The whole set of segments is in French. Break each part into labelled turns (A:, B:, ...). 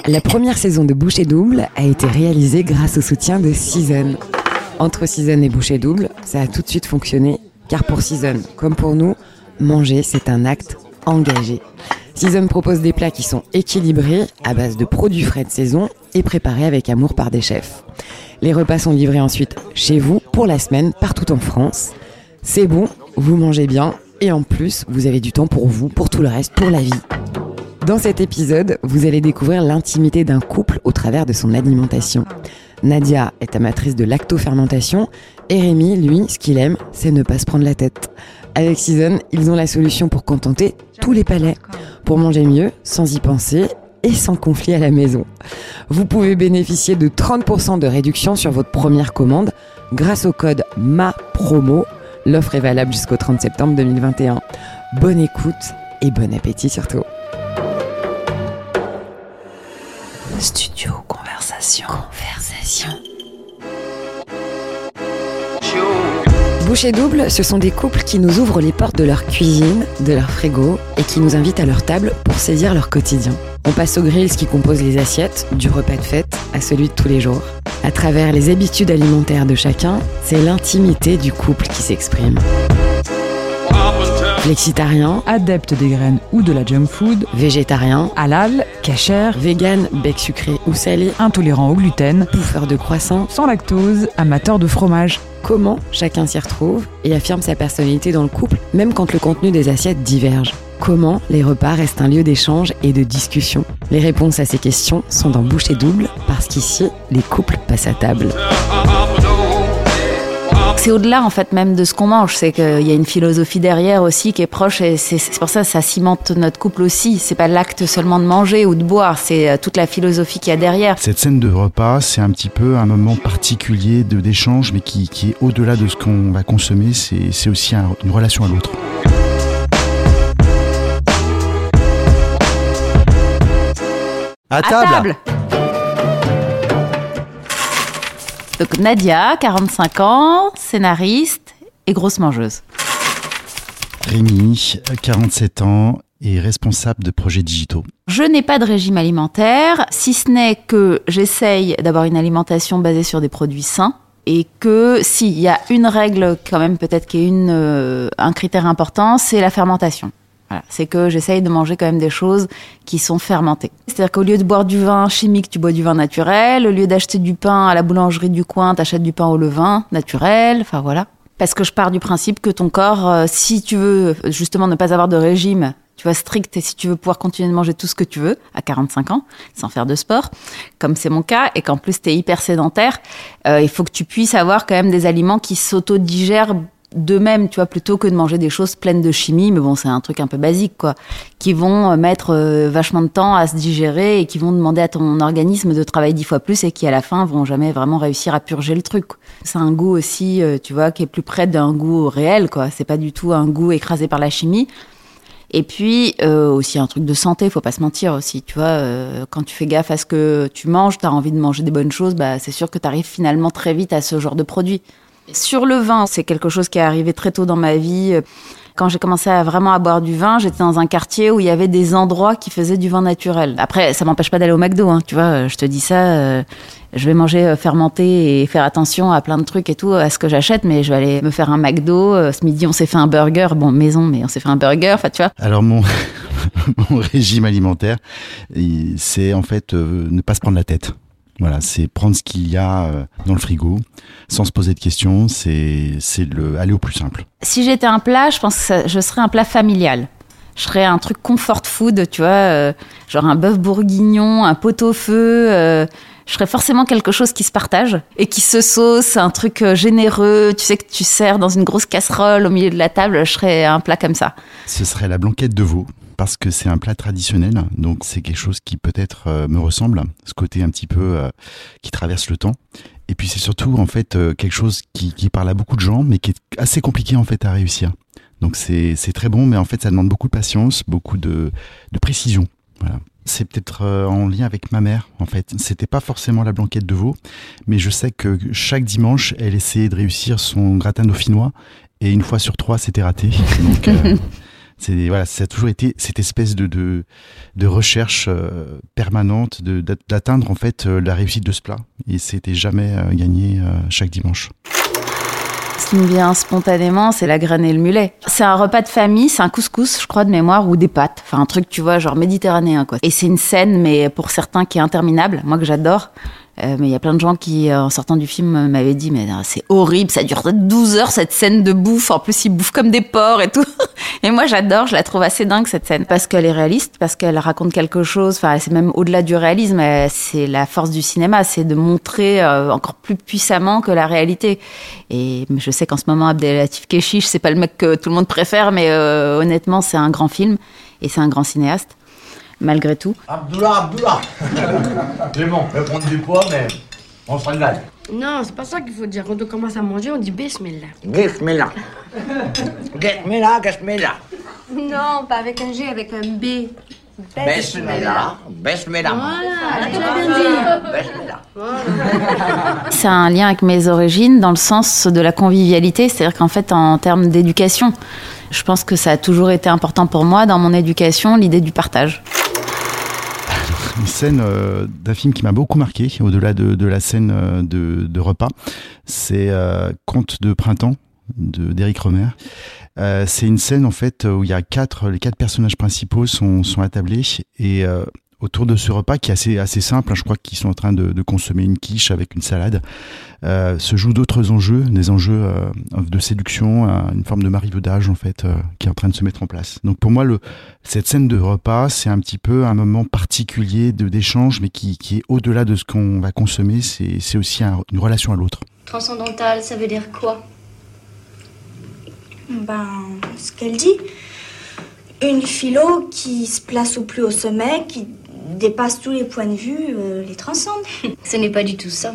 A: La première saison de Bouchée Double a été réalisée grâce au soutien de Season. Entre Season et Bouchée Double, ça a tout de suite fonctionné, car pour Season, comme pour nous, manger, c'est un acte engagé. Season propose des plats qui sont équilibrés, à base de produits frais de saison et préparés avec amour par des chefs. Les repas sont livrés ensuite chez vous, pour la semaine, partout en France. C'est bon, vous mangez bien, et en plus, vous avez du temps pour vous, pour tout le reste, pour la vie. Dans cet épisode, vous allez découvrir l'intimité d'un couple au travers de son alimentation. Nadia est amatrice de lactofermentation et Rémi, lui, ce qu'il aime, c'est ne pas se prendre la tête. Avec Season, ils ont la solution pour contenter tous les palais, pour manger mieux, sans y penser et sans conflit à la maison. Vous pouvez bénéficier de 30% de réduction sur votre première commande grâce au code MAPROMO. L'offre est valable jusqu'au 30 septembre 2021. Bonne écoute et bon appétit surtout.
B: Studio Conversation.
A: Bouchée Double, ce sont des couples qui nous ouvrent les portes de leur cuisine, de leur frigo et qui nous invitent à leur table pour saisir leur quotidien. On passe au grill ce qui compose les assiettes, du repas de fête à celui de tous les jours. À travers les habitudes alimentaires de chacun, c'est l'intimité du couple qui s'exprime. Flexitarien,
C: adepte des graines ou de la junk food,
A: végétarien,
C: halal, kasher,
A: vegan, bec sucré ou salé,
C: intolérant au gluten,
A: bouffeur de croissants,
C: sans lactose, amateur de fromage.
A: Comment chacun s'y retrouve et affirme sa personnalité dans le couple, même quand le contenu des assiettes diverge. Comment les repas restent un lieu d'échange et de discussion. Les réponses à ces questions sont dans Bouchée Double, parce qu'ici, les couples passent à table.
B: C'est au-delà en fait même de ce qu'on mange, c'est qu'il y a une philosophie derrière aussi qui est proche et c'est pour ça que ça cimente notre couple aussi. C'est pas l'acte seulement de manger ou de boire, c'est toute la philosophie qu'il y a derrière.
D: Cette scène de repas, c'est un petit peu un moment particulier d'échange, mais qui est au-delà de ce qu'on va consommer, c'est aussi une relation à l'autre.
B: À table. Donc Nadia, 45 ans, scénariste et grosse mangeuse.
D: Rémi, 47 ans et responsable de projets digitaux.
B: Je n'ai pas de régime alimentaire, si ce n'est que j'essaye d'avoir une alimentation basée sur des produits sains et que s'il y a une règle quand même peut-être qui est un critère important, c'est la fermentation. Voilà, c'est que j'essaye de manger quand même des choses qui sont fermentées. C'est-à-dire qu'au lieu de boire du vin chimique, tu bois du vin naturel. Au lieu d'acheter du pain à la boulangerie du coin, t'achètes du pain au levain naturel. Enfin voilà. Parce que je pars du principe que ton corps, si tu veux justement ne pas avoir de régime, tu vois, strict, et si tu veux pouvoir continuer de manger tout ce que tu veux, à 45 ans, sans faire de sport, comme c'est mon cas, et qu'en plus t'es hyper sédentaire, il faut que tu puisses avoir quand même des aliments qui s'auto-digèrent d'eux-mêmes, tu vois, plutôt que de manger des choses pleines de chimie, mais bon, c'est un truc un peu basique, quoi, qui vont mettre vachement de temps à se digérer et qui vont demander à ton organisme de travailler 10 fois plus et qui, à la fin, vont jamais vraiment réussir à purger le truc. C'est un goût aussi, tu vois, qui est plus près d'un goût réel, quoi. C'est pas du tout un goût écrasé par la chimie. Et puis, aussi un truc de santé, faut pas se mentir aussi, tu vois, quand tu fais gaffe à ce que tu manges, t'as envie de manger des bonnes choses, bah, c'est sûr que t'arrives finalement très vite à ce genre de produit. Sur le vin, c'est quelque chose qui est arrivé très tôt dans ma vie. Quand j'ai commencé à vraiment boire du vin, j'étais dans un quartier où il y avait des endroits qui faisaient du vin naturel. Après, ça m'empêche pas d'aller au McDo, hein, tu vois, je te dis ça, je vais manger fermenté et faire attention à plein de trucs et tout, à ce que j'achète, mais je vais aller me faire un McDo. Ce midi, on s'est fait un burger, bon, maison, mais on s'est fait un burger, enfin, tu vois.
D: Alors, mon régime alimentaire, c'est en fait ne pas se prendre la tête. Voilà, c'est prendre ce qu'il y a dans le frigo, sans se poser de questions, c'est aller au plus simple.
B: Si j'étais un plat, je pense que je serais un plat familial. Je serais un truc comfort food, tu vois, genre un bœuf bourguignon, un pot-au-feu. Je serais forcément quelque chose qui se partage et qui se sauce, un truc généreux. Tu sais que tu sers dans une grosse casserole au milieu de la table, je serais un plat comme ça.
D: Ce serait la blanquette de veau. Parce que c'est un plat traditionnel, donc c'est quelque chose qui peut-être me ressemble, ce côté un petit peu qui traverse le temps. Et puis c'est surtout en fait quelque chose qui parle à beaucoup de gens, mais qui est assez compliqué en fait à réussir. Donc c'est très bon, mais en fait ça demande beaucoup de patience, beaucoup de précision. Voilà. C'est peut-être en lien avec ma mère, en fait. C'était pas forcément la blanquette de veau, mais je sais que chaque dimanche, elle essayait de réussir son gratin dauphinois, et une fois sur 3, c'était raté. Donc Ça a toujours été cette espèce de recherche permanente d'atteindre en fait la réussite de ce plat. Et c'était jamais gagné chaque dimanche.
B: Ce qui me vient spontanément, c'est la graine et le mulet. C'est un repas de famille, c'est un couscous, je crois, de mémoire, ou des pâtes. Enfin, un truc, tu vois, genre méditerranéen, quoi. Et c'est une scène, mais pour certains, qui est interminable. Moi, que j'adore. Mais il y a plein de gens qui, en sortant du film, m'avaient dit « Mais c'est horrible, ça dure 12 heures, cette scène de bouffe. En plus, ils bouffent comme des porcs et tout. » Et moi, j'adore, je la trouve assez dingue, cette scène. Parce qu'elle est réaliste, parce qu'elle raconte quelque chose. Enfin, c'est même au-delà du réalisme. C'est la force du cinéma, c'est de montrer encore plus puissamment que la réalité. Et je sais qu'en ce moment, Abdelatif Kechiche, c'est pas le mec que tout le monde préfère, mais honnêtement, c'est un grand film. Et c'est un grand cinéaste. Malgré tout.
E: Abdullah C'est bon, on va prendre du poids, mais on se régale.
F: Non, c'est pas ça qu'il faut dire. Quand on commence à manger, on dit Bismillah.
E: Bismillah. Bismillah.
F: Non, pas avec un G, avec un B.
E: Bismillah.
F: Voilà, tu l'as bien dit.
E: Bismillah.
B: C'est un lien avec mes origines dans le sens de la convivialité, c'est-à-dire qu'en fait, en termes d'éducation, je pense que ça a toujours été important pour moi dans mon éducation, l'idée du partage.
D: Une scène d'un film qui m'a beaucoup marqué, au-delà de la scène de repas, c'est Conte de printemps d'Éric Rohmer. C'est une scène en fait où il y a les quatre personnages principaux sont attablés et autour de ce repas qui est assez simple, hein, je crois qu'ils sont en train de consommer une quiche avec une salade, se jouent d'autres enjeux, des enjeux de séduction, une forme de marivaudage en fait qui est en train de se mettre en place. Donc pour moi, cette scène de repas, c'est un petit peu un moment particulier d'échange, mais qui est au-delà de ce qu'on va consommer, c'est aussi une relation à l'autre.
G: Transcendantal, ça veut dire quoi?
H: Ce qu'elle dit. Une philo qui se place au plus haut sommet, qui dépasse tous les points de vue, les transcende.
G: Ce n'est pas du tout ça.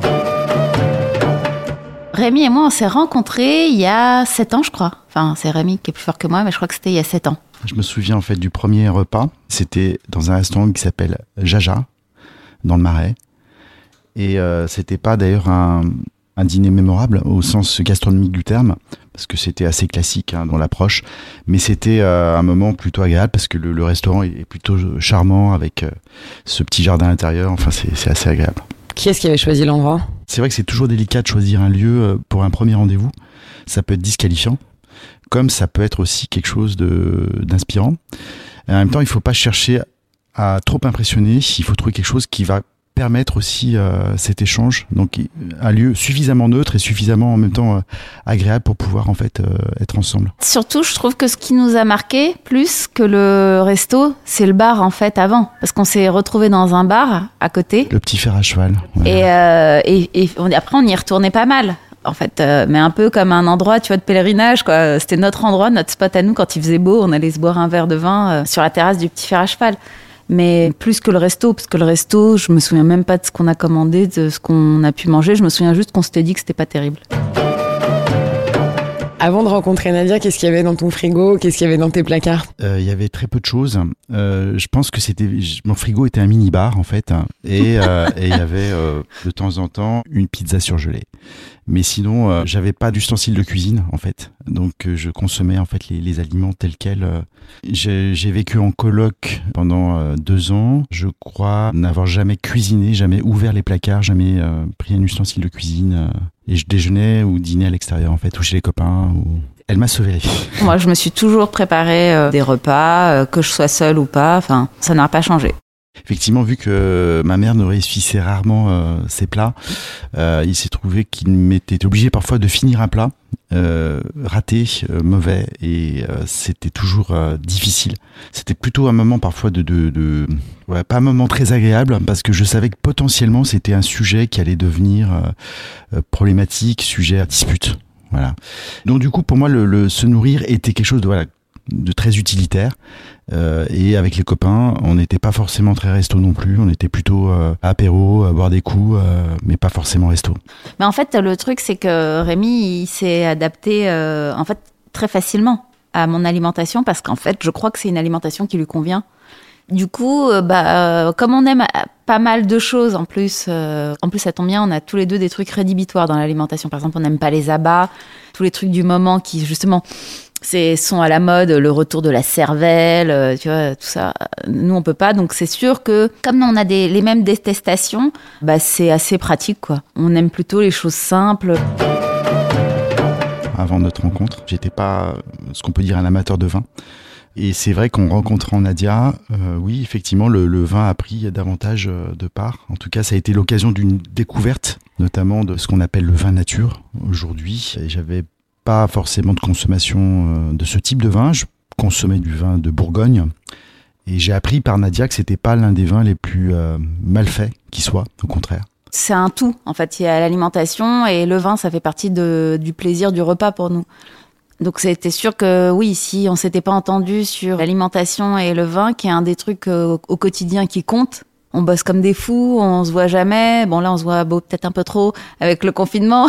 B: Rémi et moi, on s'est rencontrés il y a 7 ans, je crois. Enfin, c'est Rémi qui est plus fort que moi, mais je crois que c'était il y a 7 ans.
D: Je me souviens en fait du premier repas. C'était dans un restaurant qui s'appelle Jaja, dans le Marais. Et c'était pas d'ailleurs un dîner mémorable au sens gastronomique du terme, parce que c'était assez classique dans l'approche, mais c'était un moment plutôt agréable parce que le restaurant est plutôt charmant avec ce petit jardin intérieur, enfin c'est assez agréable.
A: Qui est-ce qui avait choisi l'endroit ?
D: C'est vrai que c'est toujours délicat de choisir un lieu pour un premier rendez-vous, ça peut être disqualifiant, comme ça peut être aussi quelque chose d'inspirant. Et en même temps, il ne faut pas chercher à trop impressionner, il faut trouver quelque chose qui va permettre aussi cet échange, donc un lieu suffisamment neutre et suffisamment en même temps agréable pour pouvoir en fait être ensemble.
B: Surtout, je trouve que ce qui nous a marqué plus que le resto, c'est le bar en fait avant, parce qu'on s'est retrouvés dans un bar à côté.
D: Le petit fer à cheval. Voilà.
B: Et après on y retournait pas mal. En fait, mais un peu comme un endroit, tu vois, de pèlerinage, quoi. C'était notre endroit, notre spot à nous. Quand il faisait beau, on allait se boire un verre de vin sur la terrasse du petit fer à cheval. Mais plus que le resto, parce que le resto, je me souviens même pas de ce qu'on a commandé, de ce qu'on a pu manger. Je me souviens juste qu'on s'était dit que c'était pas terrible.
A: Avant de rencontrer Nadia, qu'est-ce qu'il y avait dans ton frigo ? Qu'est-ce qu'il y avait dans tes placards ?
D: Il y avait très peu de choses. Je pense que mon frigo était un mini-bar en fait, et il y avait de temps en temps une pizza surgelée. Mais sinon, j'avais pas d'ustensiles de cuisine en fait, donc je consommais en fait les aliments tels quels. J'ai vécu en coloc pendant 2 ans. Je crois n'avoir jamais cuisiné, jamais ouvert les placards, jamais pris un ustensile de cuisine. Et je déjeunais ou dînais à l'extérieur en fait, ou chez les copains. Elle m'a sauvé la vie.
B: Moi, je me suis toujours préparé des repas, que je sois seule ou pas. Enfin, ça n'a pas changé.
D: Effectivement, vu que ma mère ne réussissait rarement ses plats, il s'est trouvé qu'il m'était obligé parfois de finir un plat raté, mauvais, et c'était toujours difficile. C'était plutôt un moment parfois pas un moment très agréable, parce que je savais que potentiellement c'était un sujet qui allait devenir problématique, sujet à dispute. Voilà. Donc du coup, pour moi, se nourrir était quelque chose de très utilitaire, et avec les copains on n'était pas forcément très resto non plus, on était plutôt apéro, à boire des coups, mais pas forcément resto.
B: Mais en fait le truc c'est que Rémi il s'est adapté en fait très facilement à mon alimentation, parce qu'en fait je crois que c'est une alimentation qui lui convient. Du coup comme on aime pas mal de choses en plus ça tombe bien, on a tous les deux des trucs rédhibitoires dans l'alimentation. Par exemple, on n'aime pas les abats, tous les trucs du moment qui justement sont à la mode, le retour de la cervelle, tu vois, tout ça. Nous, on peut pas. Donc, c'est sûr que, comme on a les mêmes détestations, c'est assez pratique, quoi. On aime plutôt les choses simples.
D: Avant notre rencontre, j'étais pas ce qu'on peut dire un amateur de vin. Et c'est vrai qu'en rencontrant Nadia, oui, effectivement, le vin a pris davantage de part. En tout cas, ça a été l'occasion d'une découverte, notamment de ce qu'on appelle le vin nature aujourd'hui. Et j'avais pas forcément de consommation de ce type de vin. Je consommais du vin de Bourgogne. Et j'ai appris par Nadia que c'était pas l'un des vins les plus mal faits qui soit, au contraire.
B: C'est un tout, en fait. Il y a l'alimentation et le vin, ça fait partie du plaisir du repas pour nous. Donc c'était sûr que oui, si on s'était pas entendu sur l'alimentation et le vin, qui est un des trucs au quotidien qui compte, on bosse comme des fous, on se voit jamais. Bon là, on se voit peut-être un peu trop avec le confinement.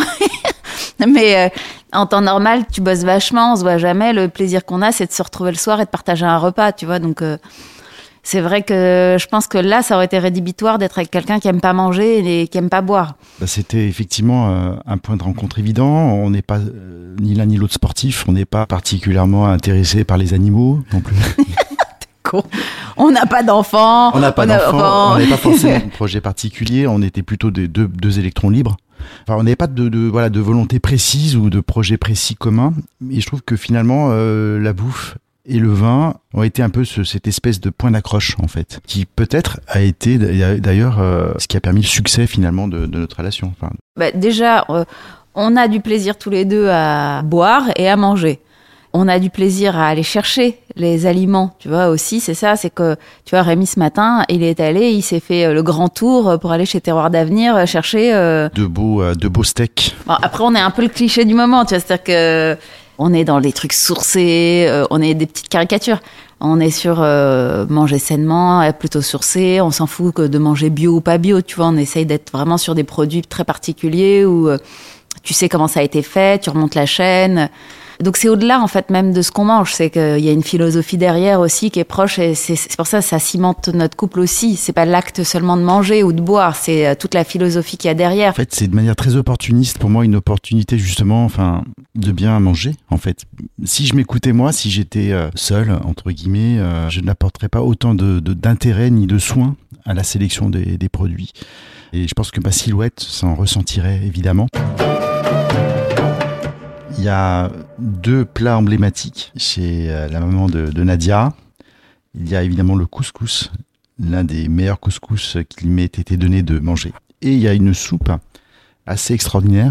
B: Mais en temps normal, tu bosses vachement, on se voit jamais. Le plaisir qu'on a, c'est de se retrouver le soir et de partager un repas, tu vois. Donc c'est vrai que je pense que là, ça aurait été rédhibitoire d'être avec quelqu'un qui aime pas manger et qui aime pas boire.
D: C'était effectivement un point de rencontre évident. On n'est pas ni l'un ni l'autre sportif. On n'est pas particulièrement intéressé par les animaux non plus.
B: Con. On n'a pas d'enfants.
D: On n'a pas d'enfants. On n'avait pas forcément de projet particulier. On était plutôt des deux électrons libres. Enfin, on n'avait pas de volonté précise ou de projet précis commun. Et je trouve que finalement, la bouffe et le vin ont été un peu cette espèce de point d'accroche, en fait, qui peut-être a été d'ailleurs ce qui a permis le succès finalement de notre relation. Enfin,
B: déjà, on a du plaisir tous les deux à boire et à manger. On a du plaisir à aller chercher les aliments, tu vois, aussi, c'est ça, c'est que, tu vois, Rémi, ce matin, il s'est fait le grand tour pour aller chez Terroir d'Avenir chercher...
D: De beaux steaks.
B: Bon, après, on est un peu le cliché du moment, tu vois, c'est-à-dire que on est dans les trucs sourcés, on est des petites caricatures. On est sur manger sainement, plutôt sourcé, on s'en fout que de manger bio ou pas bio, tu vois, on essaye d'être vraiment sur des produits très particuliers où tu sais comment ça a été fait, tu remontes la chaîne... Donc c'est au-delà en fait même de ce qu'on mange, c'est qu'il y a une philosophie derrière aussi qui est proche et c'est pour ça que ça cimente notre couple aussi. C'est pas l'acte seulement de manger ou de boire, c'est toute la philosophie qu'il y a derrière.
D: En fait, c'est de manière très opportuniste pour moi une opportunité justement, enfin, de bien manger. En fait, si je m'écoutais moi, si j'étais seul entre guillemets, je n'apporterais pas autant d'intérêt ni de soin à la sélection des produits. Et je pense que ma silhouette s'en ressentirait évidemment. Il y a 2 plats emblématiques chez la maman de Nadia. Il y a évidemment le couscous, l'un des meilleurs couscous qu'il m'ait été donné de manger. Et il y a une soupe assez extraordinaire.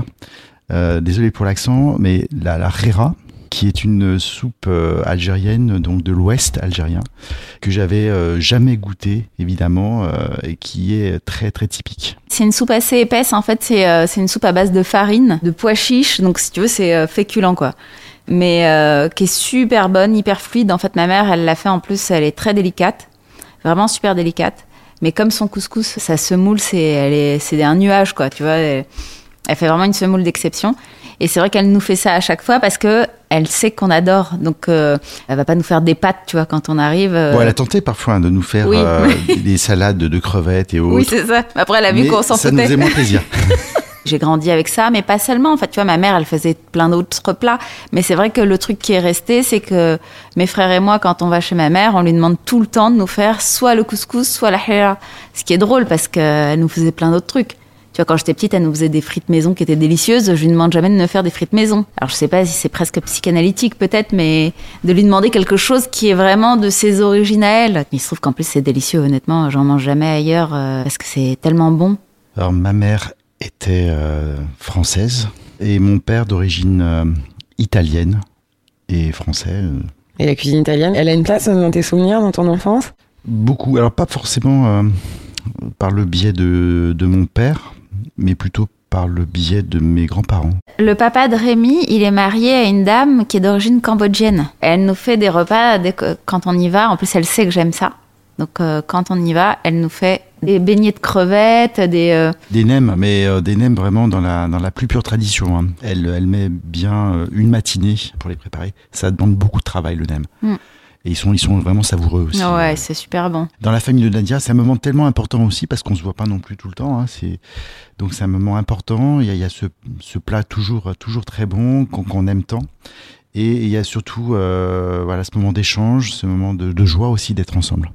D: Désolé pour l'accent, mais la rera, qui est une soupe algérienne, donc de l'ouest algérien, que j'avais jamais goûté, évidemment, et qui est très très typique.
B: C'est une soupe assez épaisse, en fait, c'est une soupe à base de farine, de pois chiches, donc si tu veux, c'est féculent, quoi. Mais qui est super bonne, hyper fluide. En fait, ma mère, elle l'a fait, en plus, elle est très délicate, vraiment super délicate. Mais comme son couscous, sa semoule, c'est un nuage, quoi, tu vois. Elle fait vraiment une semoule d'exception. Et c'est vrai qu'elle nous fait ça à chaque fois parce que elle sait qu'on adore. Donc, elle va pas nous faire des pâtes, tu vois, quand on arrive.
D: Bon, elle a tenté parfois de nous faire des salades de crevettes et autres.
B: Oui, c'est ça. Après, elle a vu qu'on s'en foutait.
D: Ça nous faisait moins plaisir.
B: J'ai grandi avec ça, mais pas seulement. En fait, tu vois, ma mère, elle faisait plein d'autres plats. Mais c'est vrai que le truc qui est resté, c'est que mes frères et moi, quand on va chez ma mère, on lui demande tout le temps de nous faire soit le couscous, soit la hira. Ce qui est drôle parce qu'elle nous faisait plein d'autres trucs. Tu vois, quand j'étais petite, elle nous faisait des frites maison qui étaient délicieuses. Je lui demande jamais de me faire des frites maison. Alors, je sais pas si c'est presque psychanalytique, peut-être, mais de lui demander quelque chose qui est vraiment de ses origines à elle. Il se trouve qu'en plus, c'est délicieux, honnêtement. J'en mange jamais ailleurs parce que c'est tellement bon.
D: Alors, ma mère était française et mon père d'origine italienne et français.
A: Et la cuisine italienne, elle a une place dans tes souvenirs, dans ton enfance ?
D: Beaucoup. Alors, pas forcément par le biais de mon père, mais plutôt par le biais de mes grands-parents.
B: Le papa de Rémi, il est marié à une dame qui est d'origine cambodgienne. Elle nous fait des repas quand on y va. En plus, elle sait que j'aime ça. Donc, quand on y va, elle nous fait des beignets de crevettes, des
D: nems, mais des nems vraiment dans la plus pure tradition. Hein. Elle met bien une matinée pour les préparer. Ça demande beaucoup de travail, le nem. Et ils sont vraiment savoureux aussi.
B: Ouais, c'est super bon.
D: Dans la famille de Nadia, c'est un moment tellement important aussi parce qu'on se voit pas non plus tout le temps. Hein. Donc c'est un moment important. Il y a ce plat toujours très bon qu'on aime tant. Et il y a surtout voilà, ce moment d'échange, ce moment de joie aussi d'être ensemble.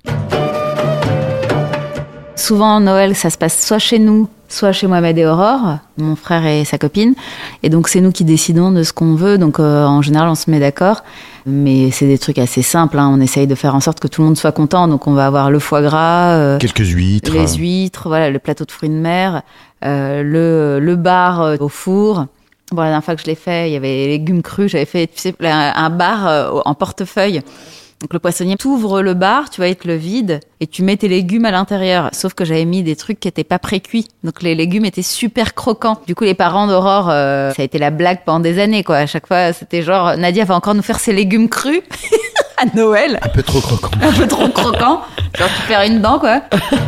B: Souvent, Noël, ça se passe soit chez nous, soit chez Mohamed et Aurore, mon frère et sa copine. Et donc, c'est nous qui décidons de ce qu'on veut. Donc, en général, on se met d'accord. Mais c'est des trucs assez simples. Hein. On essaye de faire en sorte que tout le monde soit content. Donc, on va avoir le foie gras.
D: Quelques huîtres.
B: Les huîtres, voilà, le plateau de fruits de mer, le bar au four. Bon, la dernière fois que je l'ai fait, il y avait les légumes crus. J'avais fait, tu sais, un bar en portefeuille. Donc le poissonnier t'ouvre le bar, tu vois, il te le vide et tu mets tes légumes à l'intérieur. Sauf que j'avais mis des trucs qui étaient pas précuits. Donc les légumes étaient super croquants. Du coup, les parents d'Aurore, ça a été la blague pendant des années, quoi. À chaque fois, c'était genre, Nadia va encore nous faire ses légumes crus à Noël.
D: Un peu trop croquant.
B: Un peu trop croquant. Genre, tu perds une dent, quoi.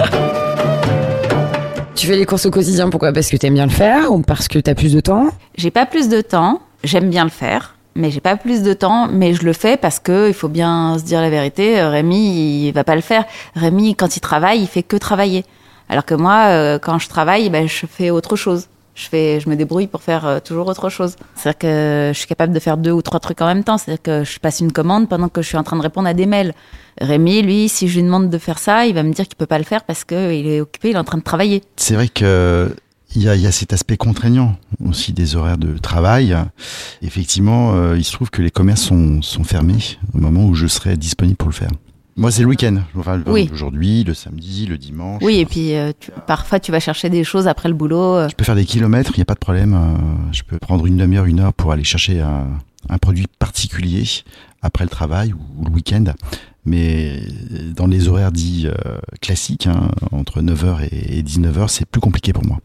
A: Tu fais les courses au quotidien, pourquoi ? Parce que t'aimes bien le faire ou parce que t'as plus de temps ?
B: J'ai pas plus de temps. J'aime bien le faire. Mais j'ai pas plus de temps, mais je le fais parce que il faut bien se dire la vérité. Rémi, il va pas le faire. Rémi, quand il travaille, il fait que travailler. Alors que moi, quand je travaille, ben, je fais autre chose. Je me débrouille pour faire toujours autre chose. C'est-à-dire que je suis capable de faire 2 ou 3 trucs en même temps. C'est-à-dire que je passe une commande pendant que je suis en train de répondre à des mails. Rémi, lui, si je lui demande de faire ça, il va me dire qu'il peut pas le faire parce qu'il est occupé, il est en train de travailler.
D: C'est vrai que il y a cet aspect contraignant aussi des horaires de travail. Effectivement, il se trouve que les commerces sont fermés au moment où je serai disponible pour le faire. Moi, c'est le week-end. Enfin,
B: oui.
D: Aujourd'hui, le samedi, le dimanche.
B: Oui, et puis parfois, tu vas chercher des choses après le boulot.
D: Je peux faire des kilomètres, il n'y a pas de problème. Je peux prendre une demi-heure, 1 heure pour aller chercher un produit particulier après le travail ou le week-end. Mais dans les horaires dits classiques, hein, entre 9h et 19h, c'est plus compliqué pour moi.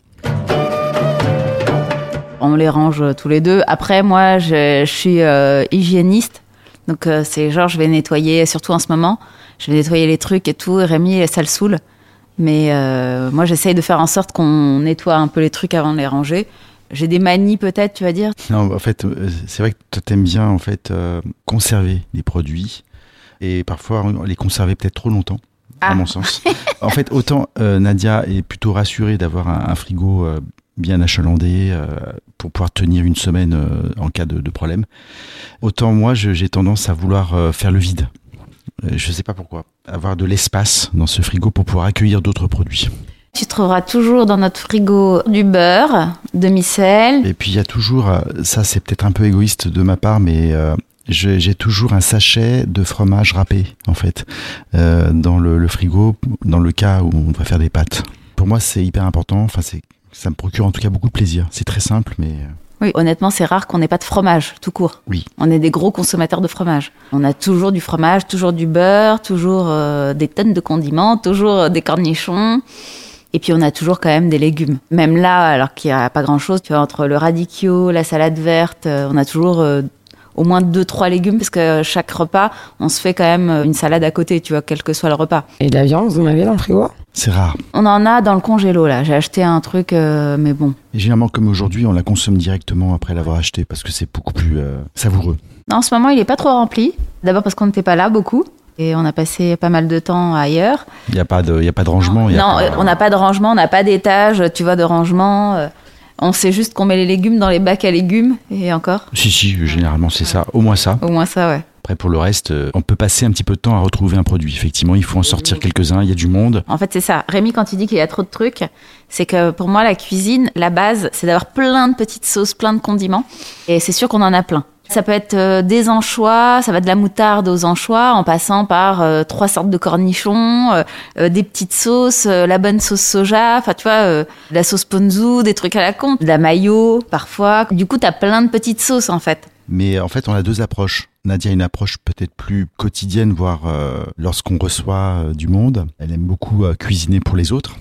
B: On les range tous les deux. Après, moi, je suis hygiéniste. Donc, c'est genre, je vais nettoyer, surtout en ce moment, je vais nettoyer les trucs et tout. Et Rémi, ça le saoule. Mais moi, j'essaye de faire en sorte qu'on nettoie un peu les trucs avant de les ranger. J'ai des manies, peut-être, tu vas dire ?
D: Non, en fait, c'est vrai que toi, t'aimes bien, en fait, conserver les produits. Et parfois, les conserver peut-être trop longtemps. À mon sens. En fait, autant Nadia est plutôt rassurée d'avoir un frigo bien achalandé pour pouvoir tenir une semaine en cas de problème, autant moi j'ai tendance à vouloir faire le vide. Je ne sais pas pourquoi. Avoir de l'espace dans ce frigo pour pouvoir accueillir d'autres produits.
B: Tu trouveras toujours dans notre frigo du beurre, demi-sel.
D: Et puis il y a toujours, ça c'est peut-être un peu égoïste de ma part, mais j'ai toujours un sachet de fromage râpé, en fait, dans le frigo, dans le cas où on doit faire des pâtes. Pour moi, c'est hyper important. Enfin, ça me procure en tout cas beaucoup de plaisir. C'est très simple, mais...
B: Oui, honnêtement, c'est rare qu'on n'ait pas de fromage, tout court.
D: Oui.
B: On est des gros consommateurs de fromage. On a toujours du fromage, toujours du beurre, toujours des tonnes de condiments, toujours des cornichons. Et puis, on a toujours quand même des légumes. Même là, alors qu'il n'y a pas grand-chose, tu vois, entre le radicchio, la salade verte, on a toujours... au moins 2-3 légumes, parce que chaque repas, on se fait quand même une salade à côté, tu vois, quel que soit le repas.
A: Et de la viande, vous en avez dans le frigo ?
D: C'est rare.
B: On en a dans le congélo, là. J'ai acheté un truc, mais bon.
D: Et généralement, comme aujourd'hui, on la consomme directement après l'avoir acheté, parce que c'est beaucoup plus savoureux.
B: En ce moment, il n'est pas trop rempli. D'abord parce qu'on n'était pas là beaucoup. Et on a passé pas mal de temps ailleurs.
D: Il n'y a pas de rangement.
B: On n'a pas de rangement, on n'a pas d'étage, tu vois, de rangement. On sait juste qu'on met les légumes dans les bacs à légumes, et encore.
D: Si, généralement c'est ça, au moins ça.
B: Au moins ça, ouais.
D: Après pour le reste, on peut passer un petit peu de temps à retrouver un produit. Effectivement, il faut en sortir quelques-uns, il y a du monde.
B: En fait, c'est ça. Rémi, quand il dit qu'il y a trop de trucs, c'est que pour moi, la cuisine, la base, c'est d'avoir plein de petites sauces, plein de condiments. Et c'est sûr qu'on en a plein. Ça peut être des anchois, ça va de la moutarde aux anchois, en passant par 3 sortes de cornichons, des petites sauces, la bonne sauce soja, enfin tu vois, la sauce ponzu, des trucs à la con, de la mayo parfois. Du coup, t'as plein de petites sauces en fait.
D: Mais en fait, on a 2 approches. Nadia a une approche peut-être plus quotidienne, voire lorsqu'on reçoit du monde. Elle aime beaucoup cuisiner pour les autres.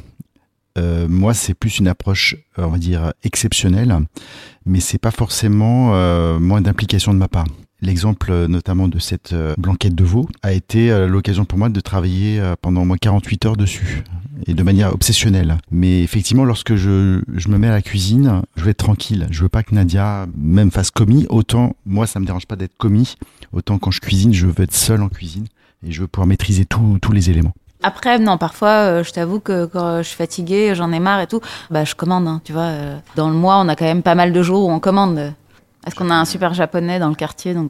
D: Moi, c'est plus une approche, on va dire, exceptionnelle, mais c'est pas forcément moins d'implication de ma part. L'exemple notamment de cette blanquette de veau a été l'occasion pour moi de travailler pendant au moins 48 heures dessus, et de manière obsessionnelle. Mais effectivement, lorsque je me mets à la cuisine, je veux être tranquille. Je veux pas que Nadia même fasse commis. Autant, moi, ça me dérange pas d'être commis. Autant quand je cuisine, je veux être seul en cuisine, et je veux pouvoir maîtriser tous les éléments.
B: Après, non, parfois, je t'avoue que quand je suis fatiguée, j'en ai marre et tout, je commande, hein, tu vois. Dans le mois, on a quand même pas mal de jours où on commande. Parce qu'on a un super japonais dans le quartier, donc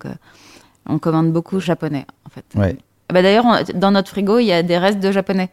B: on commande beaucoup japonais, en fait.
D: Ouais.
B: Bah d'ailleurs, dans notre frigo, il y a des restes de japonais.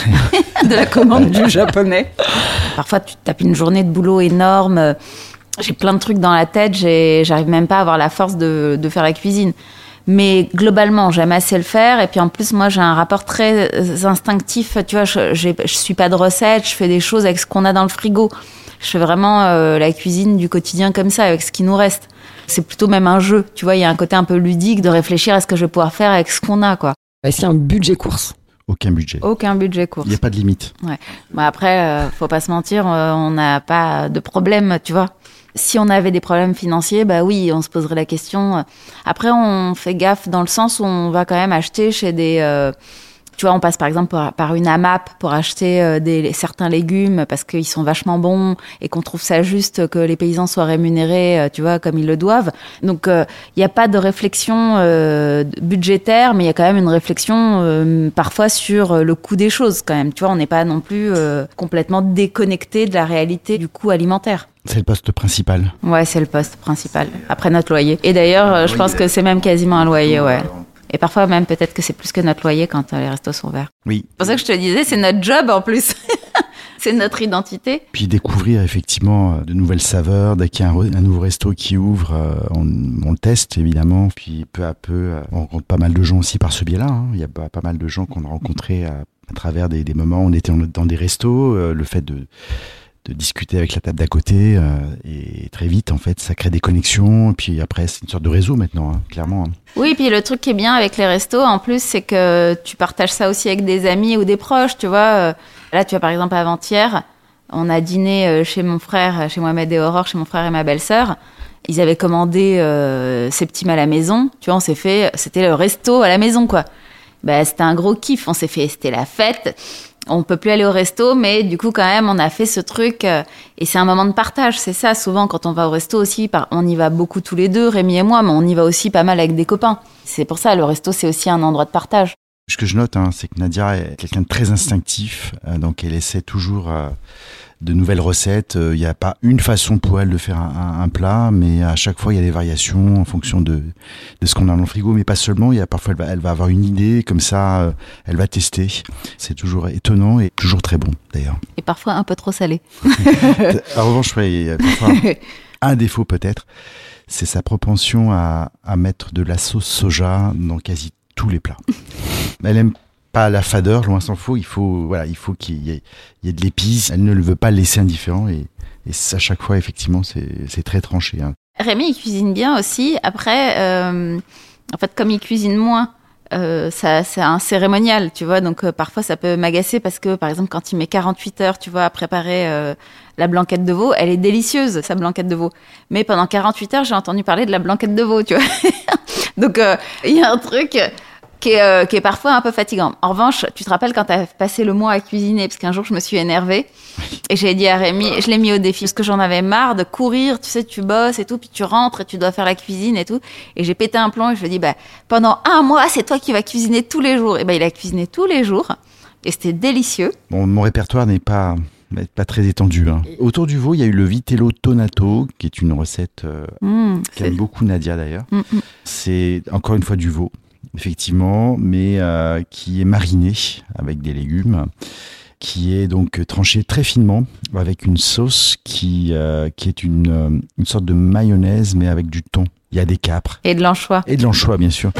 B: De la commande du japonais. Parfois, tu tapes une journée de boulot énorme. J'ai plein de trucs dans la tête. J'arrive même pas à avoir la force de faire la cuisine. Mais globalement, j'aime assez le faire. Et puis en plus, moi, j'ai un rapport très instinctif. Tu vois, je suis pas de recette. Je fais des choses avec ce qu'on a dans le frigo. Je fais vraiment la cuisine du quotidien comme ça, avec ce qui nous reste. C'est plutôt même un jeu. Tu vois, il y a un côté un peu ludique de réfléchir à ce que je vais pouvoir faire avec ce qu'on a, quoi.
A: Est-ce qu'il y a un budget course ?
D: Aucun budget.
B: Aucun budget course.
D: Il n'y a pas de limite.
B: Ouais. Bah après, faut pas se mentir, on n'a pas de problème, tu vois. Si on avait des problèmes financiers, bah oui, on se poserait la question. Après, on fait gaffe dans le sens où on va quand même acheter chez des... tu vois, on passe par exemple par une AMAP pour acheter certains légumes parce qu'ils sont vachement bons et qu'on trouve ça juste que les paysans soient rémunérés, tu vois, comme ils le doivent. Donc, il n'y a pas de réflexion budgétaire, mais il y a quand même une réflexion parfois sur le coût des choses quand même. Tu vois, on n'est pas non plus complètement déconnecté de la réalité du coût alimentaire.
D: C'est le poste principal.
B: Ouais, c'est le poste principal, après notre loyer. Et d'ailleurs, je pense que c'est même quasiment un loyer, ouais. Et parfois même peut-être que c'est plus que notre loyer quand les restos sont ouverts.
D: Oui.
B: C'est pour ça que je te disais, c'est notre job en plus. C'est notre identité.
D: Puis découvrir effectivement de nouvelles saveurs. Dès qu'il y a un nouveau resto qui ouvre, on le teste évidemment. Puis peu à peu, on rencontre pas mal de gens aussi par ce biais-là. Il y a pas mal de gens qu'on a rencontrés à travers des moments où on était dans des restos. Le fait de discuter avec la table d'à côté et très vite en fait ça crée des connexions et puis après c'est une sorte de réseau maintenant clairement.
B: Oui, puis le truc qui est bien avec les restos en plus c'est que tu partages ça aussi avec des amis ou des proches, tu vois. Là tu vois par exemple avant-hier on a dîné chez mon frère, chez Mohamed et Aurore, chez mon frère et ma belle-sœur. Ils avaient commandé Septime à la maison, tu vois, c'était le resto à la maison quoi. Bah c'était un gros kiff, c'était la fête. On peut plus aller au resto, mais du coup, quand même, on a fait ce truc. Et c'est un moment de partage, c'est ça. Souvent, quand on va au resto aussi, on y va beaucoup tous les deux, Rémi et moi, mais on y va aussi pas mal avec des copains. C'est pour ça, le resto, c'est aussi un endroit de partage.
D: Ce que je note, c'est que Nadia est quelqu'un de très instinctif. Donc, elle essaie toujours de nouvelles recettes. Il n'y a pas une façon pour elle de faire un plat, mais à chaque fois, il y a des variations en fonction de ce qu'on a dans le frigo. Mais pas seulement, parfois, elle va avoir une idée, comme ça, elle va tester. C'est toujours étonnant et toujours très bon, d'ailleurs.
B: Et parfois un peu trop salé.
D: En revanche, parfois, un défaut peut-être, c'est sa propension à mettre de la sauce soja dans quasi tous les plats. Elle aime pas la fadeur, loin s'en faut. Il faut qu'il y ait de l'épice. Elle ne le veut pas laisser indifférent et à chaque fois, effectivement, c'est très tranché.
B: Rémi, il cuisine bien aussi. Après, en fait, comme il cuisine moins, c'est un cérémonial, tu vois. Donc, parfois, ça peut m'agacer parce que, par exemple, quand il met 48 heures, tu vois, à préparer la blanquette de veau, elle est délicieuse, sa blanquette de veau. Mais pendant 48 heures, j'ai entendu parler de la blanquette de veau, tu vois. Donc, il y a un truc qui est parfois un peu fatigant. En revanche, tu te rappelles quand tu as passé le mois à cuisiner, parce qu'un jour, je me suis énervée et j'ai dit à Rémi, je l'ai mis au défi, parce que j'en avais marre de courir, tu sais, tu bosses et tout, puis tu rentres et tu dois faire la cuisine et tout. Et j'ai pété un plomb et je lui ai dit, pendant un mois, c'est toi qui vas cuisiner tous les jours. Et il a cuisiné tous les jours et c'était délicieux.
D: Bon, mon répertoire n'est pas très étendu. Autour du veau, il y a eu le vitello tonato, qui est une recette qu'aime beaucoup Nadia d'ailleurs. C'est encore une fois du veau, effectivement, mais qui est mariné avec des légumes, qui est donc tranché très finement avec une sauce qui est une sorte de mayonnaise, mais avec du thon. Il y a des capres.
B: Et de l'anchois.
D: Et de l'anchois, bien sûr.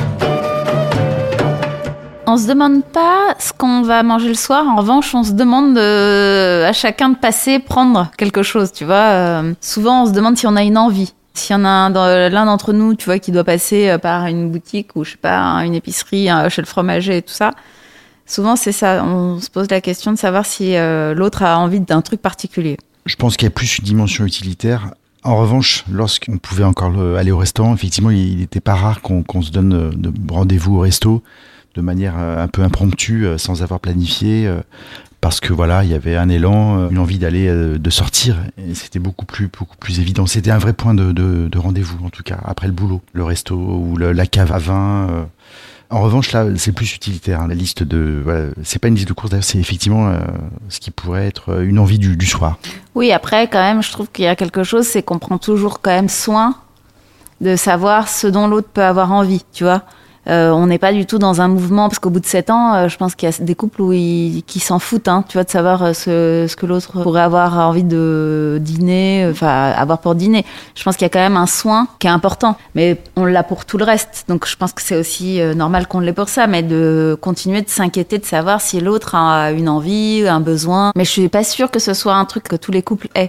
B: On se demande pas ce qu'on va manger le soir. En revanche, on se demande à chacun de passer prendre quelque chose, tu vois. Souvent, on se demande si on a une envie. S'il y en a l'un d'entre nous, tu vois, qui doit passer par une boutique ou, je sais pas, une épicerie, chez le fromager et tout ça, souvent, c'est ça. On se pose la question de savoir si l'autre a envie d'un truc particulier.
D: Je pense qu'il y a plus une dimension utilitaire. En revanche, lorsqu'on pouvait encore aller au restaurant, effectivement, il n'était pas rare qu'on se donne de rendez-vous au resto de manière un peu impromptue, sans avoir planifié, parce que voilà, il y avait un élan, une envie de sortir, et c'était beaucoup plus évident. C'était un vrai point de rendez-vous, en tout cas, après le boulot, le resto ou la cave à vin. En revanche, là, c'est plus utilitaire. La liste c'est pas une liste de courses, d'ailleurs, c'est effectivement ce qui pourrait être une envie du soir.
B: Oui, après, quand même, je trouve qu'il y a quelque chose, c'est qu'on prend toujours quand même soin de savoir ce dont l'autre peut avoir envie, tu vois. On n'est pas du tout dans un mouvement, parce qu'au bout de 7 ans, je pense qu'il y a des couples qui s'en foutent, hein, tu vois, de savoir ce que l'autre pourrait avoir envie de dîner, enfin, avoir pour dîner. Je pense qu'il y a quand même un soin qui est important, mais on l'a pour tout le reste. Donc je pense que c'est aussi normal qu'on l'ait pour ça, mais de continuer de s'inquiéter de savoir si l'autre a une envie, un besoin. Mais je suis pas sûre que ce soit un truc que tous les couples aient.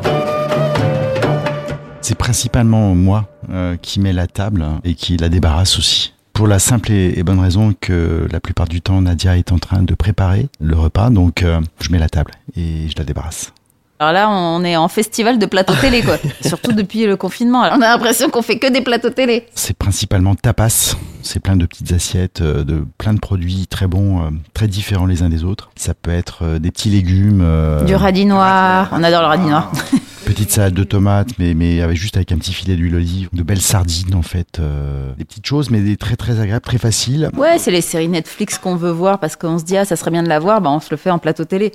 D: C'est principalement moi qui mets la table et qui la débarrasse aussi. Pour la simple et bonne raison que la plupart du temps, Nadia est en train de préparer le repas, donc je mets la table et je la débarrasse.
B: Alors là, on est en festival de plateaux télé, quoi. Surtout depuis le confinement. Alors, on a l'impression qu'on fait que des plateaux télé.
D: C'est principalement tapas. C'est plein de petites assiettes, de plein de produits très bons, très différents les uns des autres. Ça peut être des petits légumes.
B: Du radis noir. On adore le radis noir.
D: Petite salade de tomates, mais avec un petit filet d'huile d'olive. De belles sardines, en fait. Des petites choses, mais des très très agréables, très faciles.
B: Ouais, c'est les séries Netflix qu'on veut voir parce qu'on se dit, ça serait bien de la voir. On se le fait en plateau télé.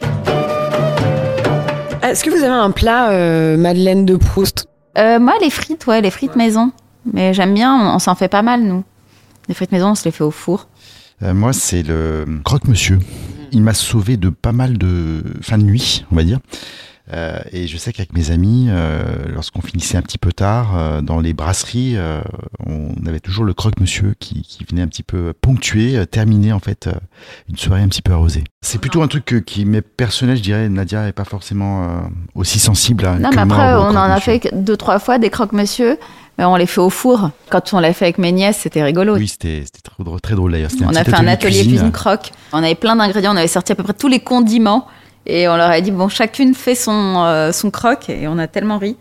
A: Est-ce que vous avez un plat Madeleine de Proust?
B: Moi, les frites maison. Mais j'aime bien, on s'en fait pas mal, nous. Les frites maison, on se les fait au four.
D: Moi, c'est le croque-monsieur. Il m'a sauvé de pas mal de fin de nuit, on va dire. Et je sais qu'avec mes amis, lorsqu'on finissait un petit peu tard, dans les brasseries, on avait toujours le croque-monsieur qui venait un petit peu ponctuer, terminer en fait une soirée un petit peu arrosée. C'est plutôt un truc qui m'est personnel, je dirais. Nadia est pas forcément aussi sensible à.
B: Non, mais après, on en a fait 2-3 fois des croque-monsieur. On les fait au four. Quand on l'a fait avec mes nièces, c'était rigolo.
D: Oui, c'était très drôle d'ailleurs.
B: On a fait un atelier cuisine croque. On avait plein d'ingrédients, on avait sorti à peu près tous les condiments. Et on leur a dit, chacune fait son croque. Et on a tellement ri.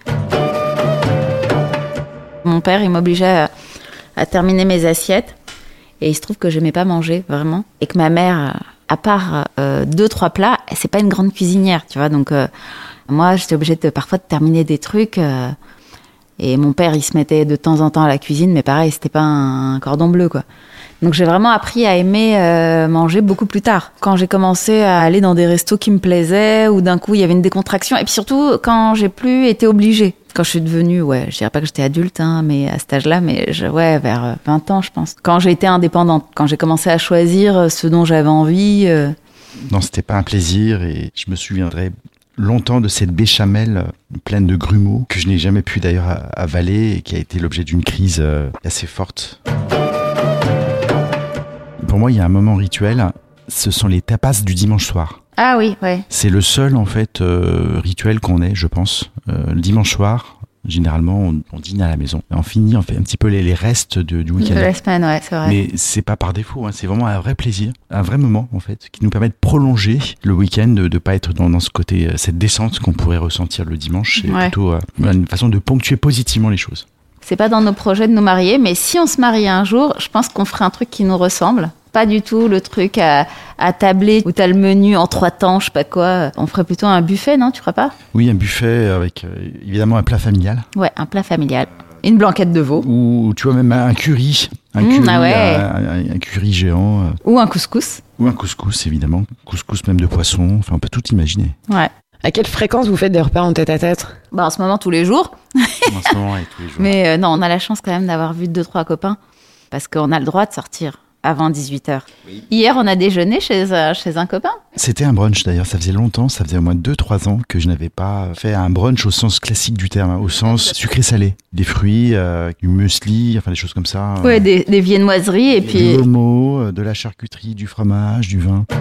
B: Mon père, il m'obligeait à terminer mes assiettes. Et il se trouve que j'aimais pas manger, vraiment. Et que ma mère, à part 2-3 plats, c'est pas une grande cuisinière, tu vois. Donc, moi, j'étais obligée parfois de terminer des trucs. Et mon père, il se mettait de temps en temps à la cuisine, mais pareil, c'était pas un cordon bleu, quoi. Donc j'ai vraiment appris à aimer manger beaucoup plus tard. Quand j'ai commencé à aller dans des restos qui me plaisaient, ou d'un coup il y avait une décontraction, et puis surtout quand j'ai plus été obligée. Quand je suis devenue, je dirais pas que j'étais adulte, mais à cet âge-là, mais vers 20 ans, je pense. Quand j'ai été indépendante, quand j'ai commencé à choisir ce dont j'avais envie.
D: Non, c'était pas un plaisir, et je me souviendrai longtemps de cette béchamel pleine de grumeaux que je n'ai jamais pu d'ailleurs avaler et qui a été l'objet d'une crise assez forte. Pour moi, il y a un moment rituel, ce sont les tapas du dimanche soir.
B: Ah oui, ouais.
D: C'est le seul en fait rituel qu'on ait, je pense. Le dimanche soir, généralement, on dîne à la maison. On finit, on fait un petit peu les restes du week-end.
B: De la semaine, ouais, c'est vrai.
D: Mais c'est pas par défaut, c'est vraiment un vrai plaisir, un vrai moment en fait, qui nous permet de prolonger le week-end, de pas être dans ce côté, cette descente qu'on pourrait ressentir le dimanche. C'est plutôt une façon de ponctuer positivement les choses.
B: C'est pas dans nos projets de nous marier, mais si on se marie un jour, je pense qu'on ferait un truc qui nous ressemble. Pas du tout le truc à tabler où t'as le menu en 3 temps, je sais pas quoi. On ferait plutôt un buffet, non, tu crois pas?
D: Oui, un buffet avec évidemment un plat familial.
B: Ouais, un plat familial. Une blanquette de veau.
D: Ou tu vois même un curry. Un curry géant.
B: Ou un couscous.
D: Ou un couscous, évidemment. Couscous même de poisson. Enfin, on peut tout imaginer.
B: Ouais.
A: À quelle fréquence vous faites des repas en tête-à-tête?
B: En ce moment, tous les jours.
D: En ce moment, tous les jours.
B: Mais non, on a la chance quand même d'avoir vu 2-3 copains. Parce qu'on a le droit de sortir avant 18h. Oui. Hier, on a déjeuné chez un copain.
D: C'était un brunch d'ailleurs, ça faisait longtemps, ça faisait au moins 2-3 ans que je n'avais pas fait un brunch au sens classique du terme, au sens sucré-salé. Des fruits, du muesli, enfin des choses comme ça.
B: Ouais, des viennoiseries et puis...
D: Du homo, de la charcuterie, du fromage, du vin.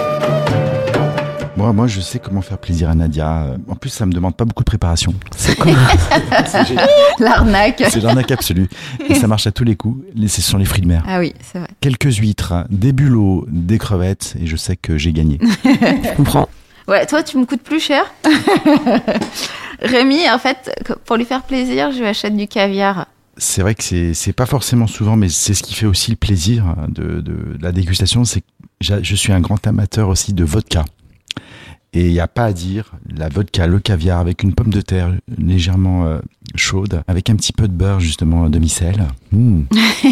D: Moi, je sais comment faire plaisir à Nadia. En plus, ça me demande pas beaucoup de préparation. C'est comme...
B: L'arnaque.
D: C'est l'arnaque absolue. Et ça marche à tous les coups. Ce sont les fruits de mer.
B: Ah oui, c'est vrai.
D: Quelques huîtres, des bulots, des crevettes, et je sais que j'ai gagné.
A: Je comprends.
B: Ouais, toi, tu me coûtes plus cher. Rémi, en fait, pour lui faire plaisir, je lui achète du caviar.
D: C'est vrai que c'est pas forcément souvent, mais c'est ce qui fait aussi le plaisir de la dégustation. C'est que je suis un grand amateur aussi de vodka. Et il n'y a pas à dire, la vodka, le caviar avec une pomme de terre légèrement chaude, avec un petit peu de beurre justement demi-sel. Il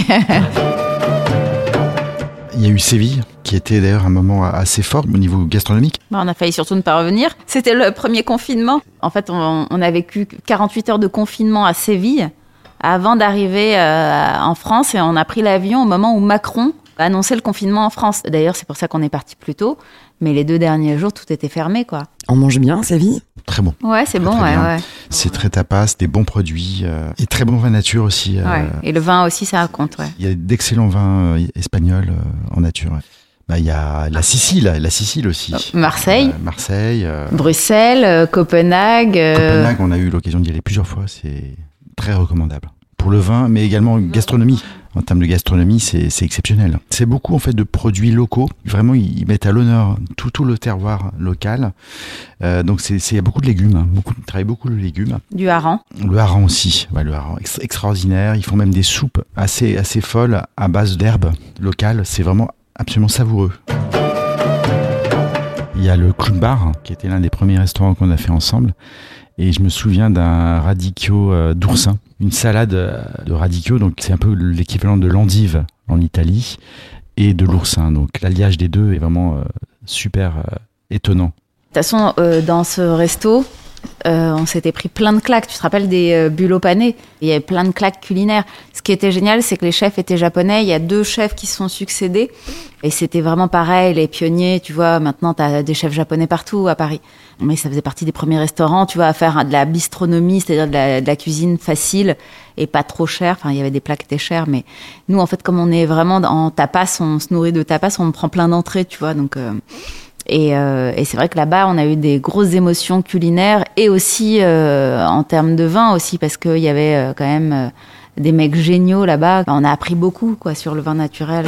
D: y a eu Séville, qui était d'ailleurs un moment assez fort au niveau gastronomique.
B: On a failli surtout ne pas revenir. C'était le premier confinement. En fait, on a vécu 48 heures de confinement à Séville. avant d'arriver en France, et on a pris l'avion au moment où Macron a annoncé le confinement en France. D'ailleurs, c'est pour ça qu'on est parti plus tôt. Mais les 2 derniers jours, tout était fermé, quoi.
A: On mange bien, Séville ?
D: Très bon.
B: Ouais, c'est bon,
D: Très bien.
B: ouais.
D: C'est très tapas, des bons produits et très bon vin nature aussi.
B: Ouais. Et le vin aussi, ça compte, ouais.
D: Il y a d'excellents vins espagnols en nature. Ouais. Bah, il y a la Sicile aussi.
B: Marseille.
D: Marseille.
B: Bruxelles, Copenhague.
D: Copenhague, on a eu l'occasion d'y aller plusieurs fois. C'est très recommandable. Pour le vin, mais également gastronomie. En termes de gastronomie, c'est exceptionnel. C'est beaucoup en fait de produits locaux. Vraiment, ils mettent à l'honneur tout le terroir local. Donc il y a beaucoup de légumes. Ils travaillent beaucoup le légume.
B: Du hareng.
D: Le hareng aussi. Ouais, le hareng extraordinaire. Ils font même des soupes assez folles à base d'herbes locales. C'est vraiment absolument savoureux. Il y a le Clown Bar, qui était l'un des premiers restaurants qu'on a fait ensemble. Et je me souviens d'un radicchio d'oursin, une salade de radicchio, donc c'est un peu l'équivalent de l'endive en Italie, et de l'oursin. Donc l'alliage des deux est vraiment super étonnant.
B: De toute façon, dans ce resto, on s'était pris plein de claques. Tu te rappelles des bulots panés ? Il y avait plein de claques culinaires. Ce qui était génial, c'est que les chefs étaient japonais. Il y a 2 chefs qui se sont succédés. Et c'était vraiment pareil, les pionniers. Tu vois, maintenant, tu as des chefs japonais partout à Paris. Mais ça faisait partie des premiers restaurants, tu vois, à faire de la bistronomie, c'est-à-dire de la cuisine facile et pas trop chère. Enfin, il y avait des plats qui étaient chers, mais nous, en fait, comme on est vraiment en tapas, on se nourrit de tapas, on prend plein d'entrées, tu vois, donc... Et c'est vrai que là-bas, on a eu des grosses émotions culinaires et aussi en termes de vin aussi, parce qu'il y avait quand même des mecs géniaux là-bas. On a appris beaucoup, quoi, sur le vin naturel.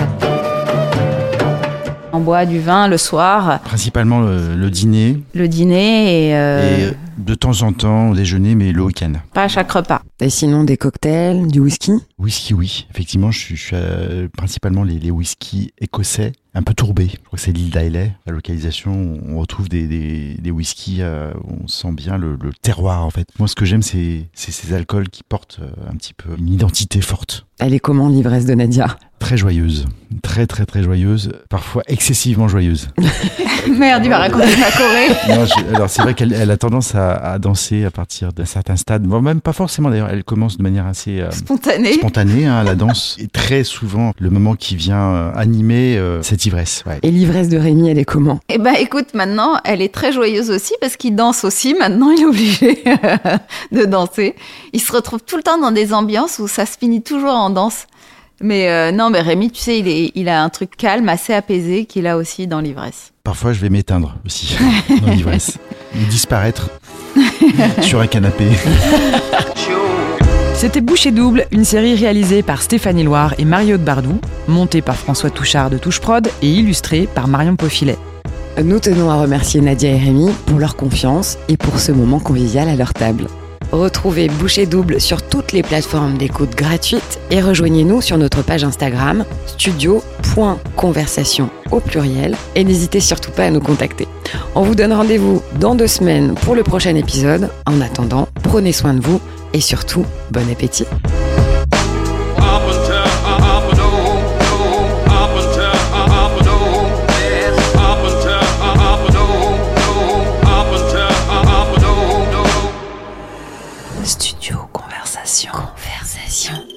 B: On boit du vin le soir.
D: Principalement le dîner.
B: Le dîner
D: et de temps en temps au déjeuner, mais le week-end.
B: Pas à chaque repas.
A: Et sinon, des cocktails, du whisky ?
D: Whisky, oui. Effectivement, je suis principalement les whiskies écossais, un peu tourbés. Je crois que c'est l'île d'Islay. La localisation, on retrouve des whiskies où on sent bien le terroir, en fait. Moi, ce que j'aime, c'est ces alcools qui portent un petit peu une identité forte.
A: Elle est comment, l'ivresse de Nadia ?
D: Très joyeuse. Très, très, très joyeuse. Parfois excessivement joyeuse.
B: Merde, il va raconter ma Corée.
D: Non, alors, c'est vrai qu'elle a tendance à danser à partir d'un certain stade. Bon, même pas forcément, d'ailleurs. Elle commence de manière assez spontanée, hein, la danse. Et très souvent, le moment qui vient animer cette ivresse. Ouais.
A: Et l'ivresse de Rémi, elle est comment ?
B: Eh ben, écoute, maintenant, elle est très joyeuse aussi parce qu'il danse aussi. Maintenant, il est obligé de danser. Il se retrouve tout le temps dans des ambiances où ça se finit toujours en danse. Mais non, mais Rémi, tu sais, il a un truc calme, assez apaisé qu'il a aussi dans l'ivresse.
D: Parfois, je vais m'éteindre aussi dans l'ivresse. Ou disparaître sur un canapé.
C: C'était Bouchée Double, une série réalisée par Stéphanie Loire et Marie-Aude Bardou, montée par François Touchard de Touche Prod et illustrée par Marion Paufilet.
A: Nous tenons à remercier Nadia et Rémi pour leur confiance et pour ce moment convivial à leur table. Retrouvez Bouchée Double sur toutes les plateformes d'écoute gratuites et rejoignez-nous sur notre page Instagram studio.conversation au pluriel et n'hésitez surtout pas à nous contacter. On vous donne rendez-vous dans 2 semaines pour le prochain épisode. En attendant, prenez soin de vous et surtout, bon appétit.
C: Studio Conversation.